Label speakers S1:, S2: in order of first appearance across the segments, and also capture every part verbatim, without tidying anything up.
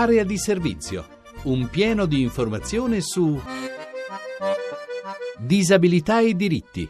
S1: Area di servizio. Un pieno di informazione su disabilità e diritti.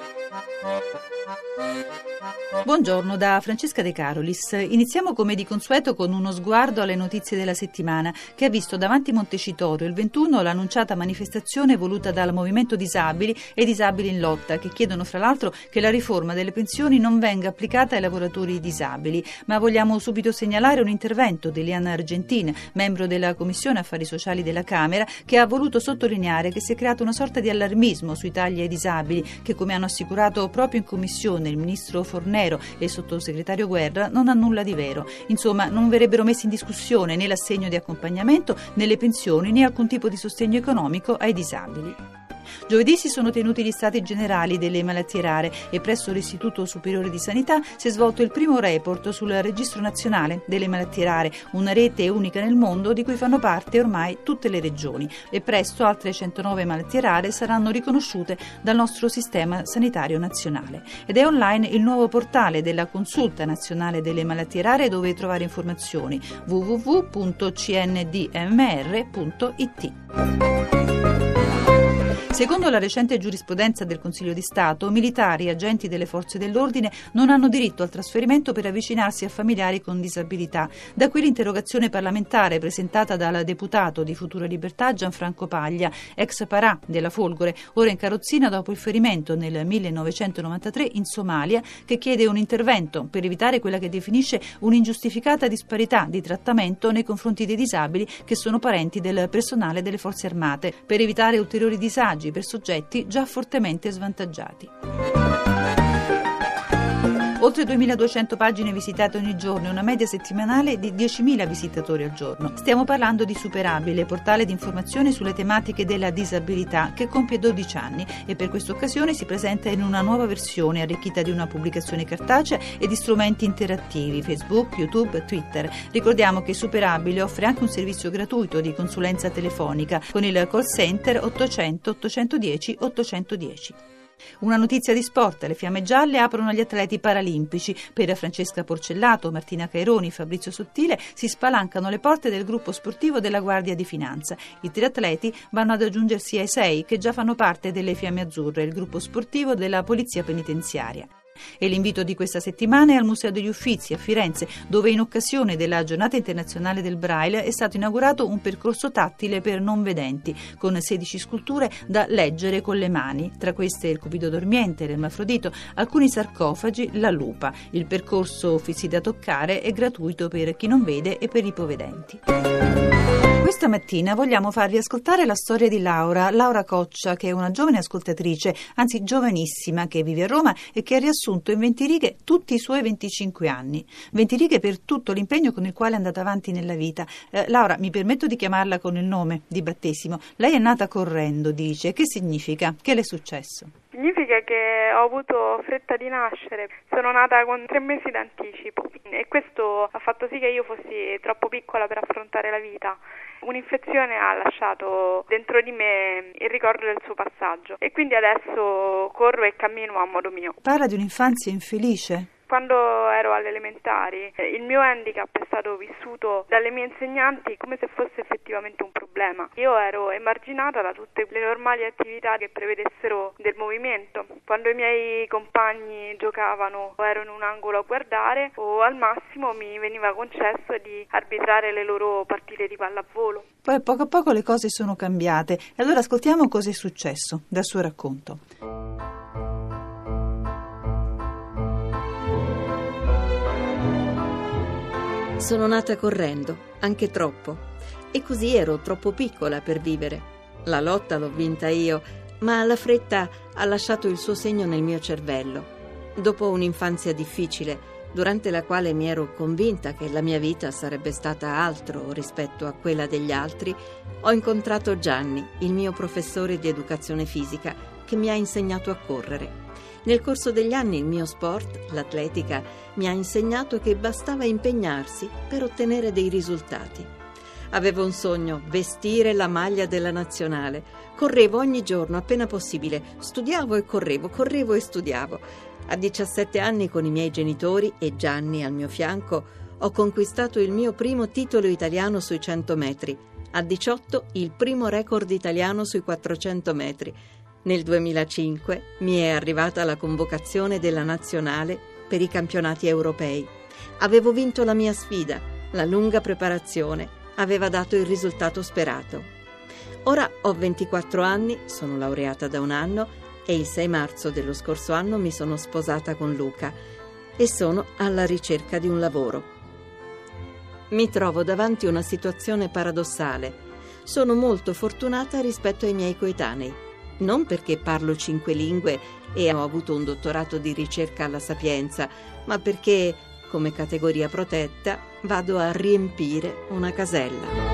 S2: Buongiorno da Francesca De Carolis. Iniziamo come di consueto con uno sguardo alle notizie della settimana, che ha visto davanti Montecitorio il ventuno l'annunciata manifestazione voluta dal Movimento Disabili e Disabili in Lotta, che chiedono fra l'altro che la riforma delle pensioni non venga applicata ai lavoratori disabili. Ma vogliamo subito segnalare un intervento di Eliana Argentin, membro della Commissione Affari Sociali della Camera, che ha voluto sottolineare che si è creato una sorta di allarmismo sui tagli ai disabili, che, come hanno assicurato proprio in Commissione il ministro Fornero e il sottosegretario Guerra, non ha nulla di vero. Insomma, non verrebbero messi in discussione né l'assegno di accompagnamento, né le pensioni, né alcun tipo di sostegno economico ai disabili. Giovedì si sono tenuti gli stati generali delle malattie rare e presso l'Istituto Superiore di Sanità si è svolto il primo report sul Registro Nazionale delle Malattie Rare, una rete unica nel mondo di cui fanno parte ormai tutte le regioni, e presto altre centonove malattie rare saranno riconosciute dal nostro sistema sanitario nazionale. Ed è online il nuovo portale della Consulta Nazionale delle Malattie Rare, dove trovare informazioni: w w w punto c n d m r punto i t. Secondo la recente giurisprudenza del Consiglio di Stato, militari e agenti delle forze dell'ordine non hanno diritto al trasferimento per avvicinarsi a familiari con disabilità. Da qui l'interrogazione parlamentare presentata dal deputato di Futuro e Libertà Gianfranco Paglia, ex parà della Folgore, ora in carrozzina dopo il ferimento nel millenovecentonovantatré in Somalia, che chiede un intervento per evitare quella che definisce un'ingiustificata disparità di trattamento nei confronti dei disabili che sono parenti del personale delle forze armate, per evitare ulteriori disagi per soggetti già fortemente svantaggiati. Oltre duemiladuecento pagine visitate ogni giorno e una media settimanale di diecimila visitatori al giorno. Stiamo parlando di Superabile, portale di informazione sulle tematiche della disabilità, che compie dodici anni e per questa occasione si presenta in una nuova versione arricchita di una pubblicazione cartacea e di strumenti interattivi: Facebook, YouTube, Twitter. Ricordiamo che Superabile offre anche un servizio gratuito di consulenza telefonica con il call center ottocento ottocentodieci ottocentodieci. Una notizia di sport: le fiamme gialle aprono gli atleti paralimpici. Per Francesca Porcellato, Martina Caironi, Fabrizio Sottile si spalancano le porte del gruppo sportivo della Guardia di Finanza. I tre atleti vanno ad aggiungersi ai sei che già fanno parte delle Fiamme Azzurre, il gruppo sportivo della Polizia Penitenziaria. E l'invito di questa settimana è al Museo degli Uffizi a Firenze, dove in occasione della Giornata Internazionale del Braille è stato inaugurato un percorso tattile per non vedenti, con sedici sculture da leggere con le mani. Tra queste il Cupido dormiente, l'Ermafrodito, alcuni sarcofagi, la lupa. Il percorso Uffizi da toccare è gratuito per chi non vede e per i ipovedenti. Questa mattina vogliamo farvi ascoltare la storia di Laura, Laura Coccia, che è una giovane ascoltatrice, anzi giovanissima, che vive a Roma e che ha riassunto in venti righe tutti i suoi venticinque anni. venti righe per tutto l'impegno con il quale è andata avanti nella vita. Eh, Laura, mi permetto di chiamarla con il nome di battesimo. Lei è nata correndo, dice. Che significa? Che le è successo?
S3: Significa che ho avuto fretta di nascere, sono nata con tre mesi d'anticipo e questo ha fatto sì che io fossi troppo piccola per affrontare la vita. Un'infezione ha lasciato dentro di me il ricordo del suo passaggio e quindi adesso corro e cammino a modo mio.
S2: Parla di un'infanzia infelice.
S3: Quando ero alle elementari, il mio handicap è stato vissuto dalle mie insegnanti come se fosse effettivamente un problema. Io ero emarginata da tutte le normali attività che prevedessero del movimento. Quando i miei compagni giocavano ero in un angolo a guardare o al massimo mi veniva concesso di arbitrare le loro partite di pallavolo.
S2: Poi a poco a poco le cose sono cambiate e allora ascoltiamo cosa è successo dal suo racconto.
S4: Sono nata correndo, anche troppo, e così ero troppo piccola per vivere. La lotta l'ho vinta io, ma la fretta ha lasciato il suo segno nel mio cervello. Dopo un'infanzia difficile, durante la quale mi ero convinta che la mia vita sarebbe stata altro rispetto a quella degli altri, ho incontrato Gianni, il mio professore di educazione fisica, che mi ha insegnato a correre. Nel corso degli anni il mio sport, l'atletica, mi ha insegnato che bastava impegnarsi per ottenere dei risultati. Avevo un sogno: vestire la maglia della nazionale. Correvo ogni giorno appena possibile, studiavo e correvo, correvo e studiavo. A diciassette anni, con i miei genitori e Gianni al mio fianco, ho conquistato il mio primo titolo italiano sui cento metri, a diciotto il primo record italiano sui quattrocento metri. Nel duemilacinque mi è arrivata la convocazione della nazionale per i campionati europei. Avevo vinto la mia sfida, la lunga preparazione aveva dato il risultato sperato. Ora ho ventiquattro anni, sono laureata da un anno e il sei marzo dello scorso anno mi sono sposata con Luca e sono alla ricerca di un lavoro. Mi trovo davanti a una situazione paradossale. Sono molto fortunata rispetto ai miei coetanei. Non perché parlo cinque lingue e ho avuto un dottorato di ricerca alla Sapienza, ma perché, come categoria protetta, vado a riempire una casella.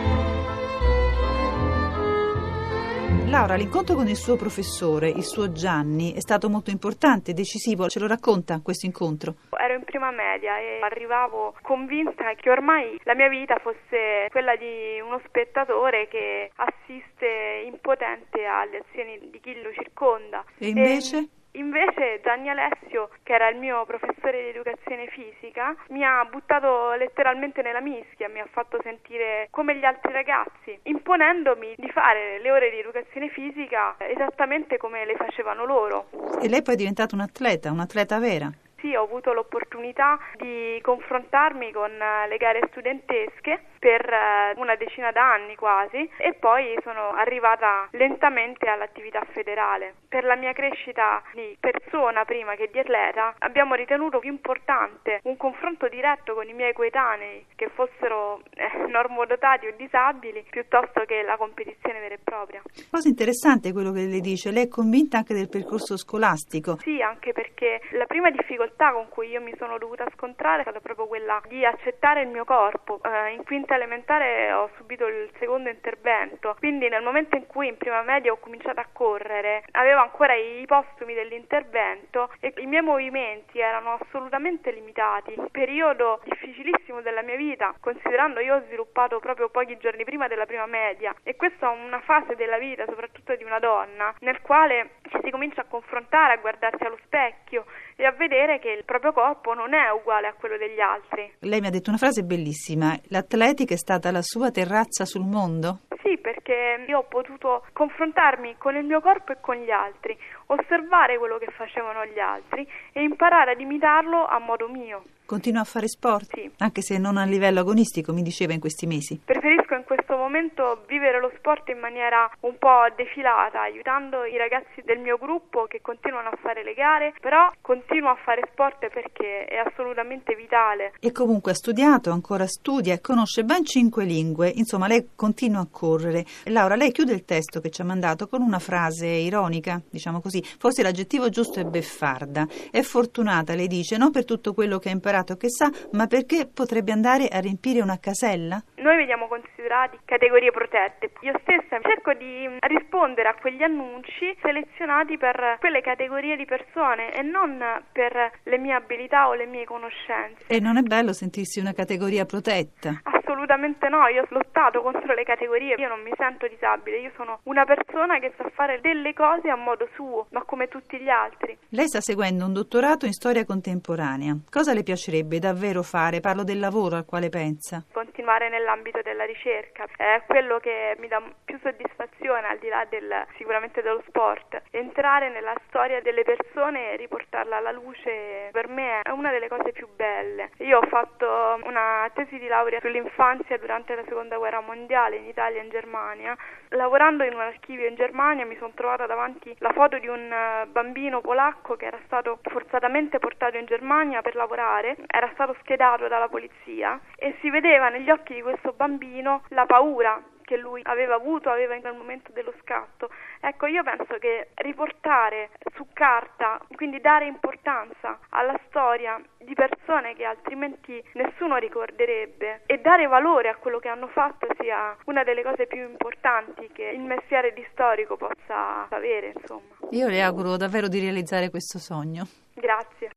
S2: Laura, l'incontro con il suo professore, il suo Gianni, è stato molto importante, decisivo. Ce lo racconta questo incontro?
S3: Ero in prima media e arrivavo convinta che ormai la mia vita fosse quella di uno spettatore che assiste impotente alle azioni di chi lo circonda.
S2: E invece? E...
S3: Invece Gianni Alessio, che era il mio professore di educazione fisica, mi ha buttato letteralmente nella mischia, mi ha fatto sentire come gli altri ragazzi, imponendomi di fare le ore di educazione fisica esattamente come le facevano loro.
S2: E lei poi è diventata un atleta, un'atleta vera?
S3: Sì, ho avuto l'opportunità di confrontarmi con le gare studentesche per una decina d'anni quasi e poi sono arrivata lentamente all'attività federale. Per la mia crescita di persona prima che di atleta abbiamo ritenuto più importante un confronto diretto con i miei coetanei, che fossero eh, normodotati o disabili, piuttosto che la competizione vera e propria.
S2: Cosa interessante quello che lei dice, lei è convinta anche del percorso scolastico?
S3: Sì, anche perché la prima difficoltà con cui io mi sono dovuta scontrare è stata proprio quella di accettare il mio corpo. Eh, in quinta elementare ho subito il secondo intervento, quindi nel momento in cui in prima media ho cominciato a correre avevo ancora i postumi dell'intervento e i miei movimenti erano assolutamente limitati. Un periodo difficilissimo della mia vita, considerando io ho sviluppato proprio pochi giorni prima della prima media, e questa è una fase della vita, soprattutto di una donna, nel quale ci si comincia a confrontare, a guardarsi allo specchio e a vedere che il proprio corpo non è uguale a quello degli altri.
S2: Lei mi ha detto una frase bellissima: l'atletica è stata la sua terrazza sul mondo?
S3: Sì, perché io ho potuto confrontarmi con il mio corpo e con gli altri, osservare quello che facevano gli altri e imparare ad imitarlo a modo mio.
S2: Continua a fare sport?
S3: Sì.
S2: Anche se non a livello agonistico, mi diceva in questi mesi.
S3: Preferisco in questo momento vivere lo sport in maniera un po' defilata, aiutando i ragazzi del mio gruppo che continuano a fare le gare, però continuo a fare sport perché è assolutamente vitale.
S2: E comunque ha studiato, ancora studia e conosce ben cinque lingue, insomma lei continua a correre. Laura, lei chiude il testo che ci ha mandato con una frase ironica, diciamo così, forse l'aggettivo giusto è beffarda. È fortunata, lei dice, non per tutto quello che ha imparato che sa, ma perché potrebbe andare a riempire una casella?
S3: Noi veniamo considerati categorie protette. Io stessa cerco di rispondere a quegli annunci selezionati per quelle categorie di persone e non per le mie abilità o le mie conoscenze.
S2: E non è bello sentirsi una categoria protetta?
S3: Assolutamente no, io ho lottato contro le categorie, io non mi sento disabile, io sono una persona che sa fare delle cose a modo suo, ma come tutti gli altri.
S2: Lei sta seguendo un dottorato in storia contemporanea. Cosa le piacerebbe davvero fare? Parlo del lavoro al quale pensa.
S3: Continuare nell'ambito della ricerca è quello che mi dà più soddisfazione, al di là del sicuramente dello sport. Entrare nella storia delle persone e riportarla alla luce per me è una delle cose più belle. Io ho fatto una tesi di laurea sull'infanzia durante la seconda guerra mondiale in Italia e in Germania. Lavorando in un archivio in Germania mi sono trovata davanti la foto di un bambino polacco che era stato forzatamente portato in Germania per lavorare, era stato schedato dalla polizia e si vedeva negli occhi di questo bambino la paura che lui aveva avuto, aveva in quel momento dello scatto. Ecco, io penso che riportare su carta, quindi dare importanza alla storia di persone che altrimenti nessuno ricorderebbe e dare valore a quello che hanno fatto sia una delle cose più importanti che il mestiere di storico possa avere, insomma.
S2: Io le auguro davvero di realizzare questo sogno.
S3: Grazie.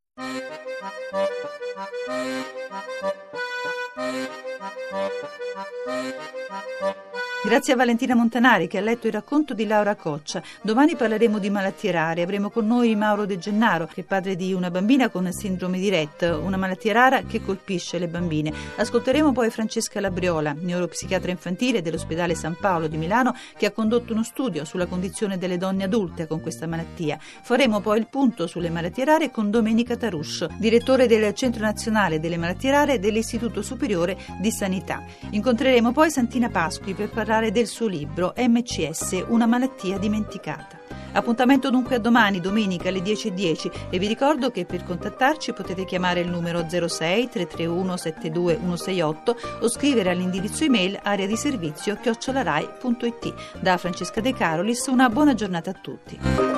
S5: Thank you.
S2: Grazie a Valentina Montanari che ha letto il racconto di Laura Coccia. Domani parleremo di malattie rare. Avremo con noi Mauro De Gennaro, che è padre di una bambina con sindrome di Rett, una malattia rara che colpisce le bambine. Ascolteremo poi Francesca Labriola, neuropsichiatra infantile dell'ospedale San Paolo di Milano, che ha condotto uno studio sulla condizione delle donne adulte con questa malattia. Faremo poi il punto sulle malattie rare con Domenica Taruscio, direttore del Centro Nazionale delle Malattie Rare dell'Istituto Superiore di Sanità. Incontreremo poi Santina Pasqui per parlare del suo libro M C S, una malattia dimenticata. Appuntamento dunque a domani, domenica alle dieci e dieci, e vi ricordo che per contattarci potete chiamare il numero zero sei tre tre uno sette due uno sei otto o scrivere all'indirizzo email area di servizio chiocciolarai punto it. Da Francesca De Carolis una buona giornata a tutti.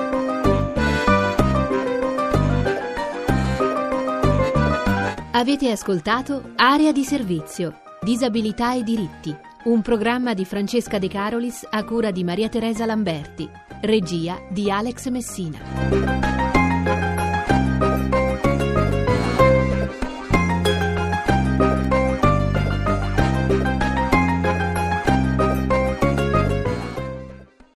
S5: Avete ascoltato Area di Servizio, Disabilità e Diritti, un programma di Francesca De Carolis a cura di Maria Teresa Lamberti, regia di Alex Messina.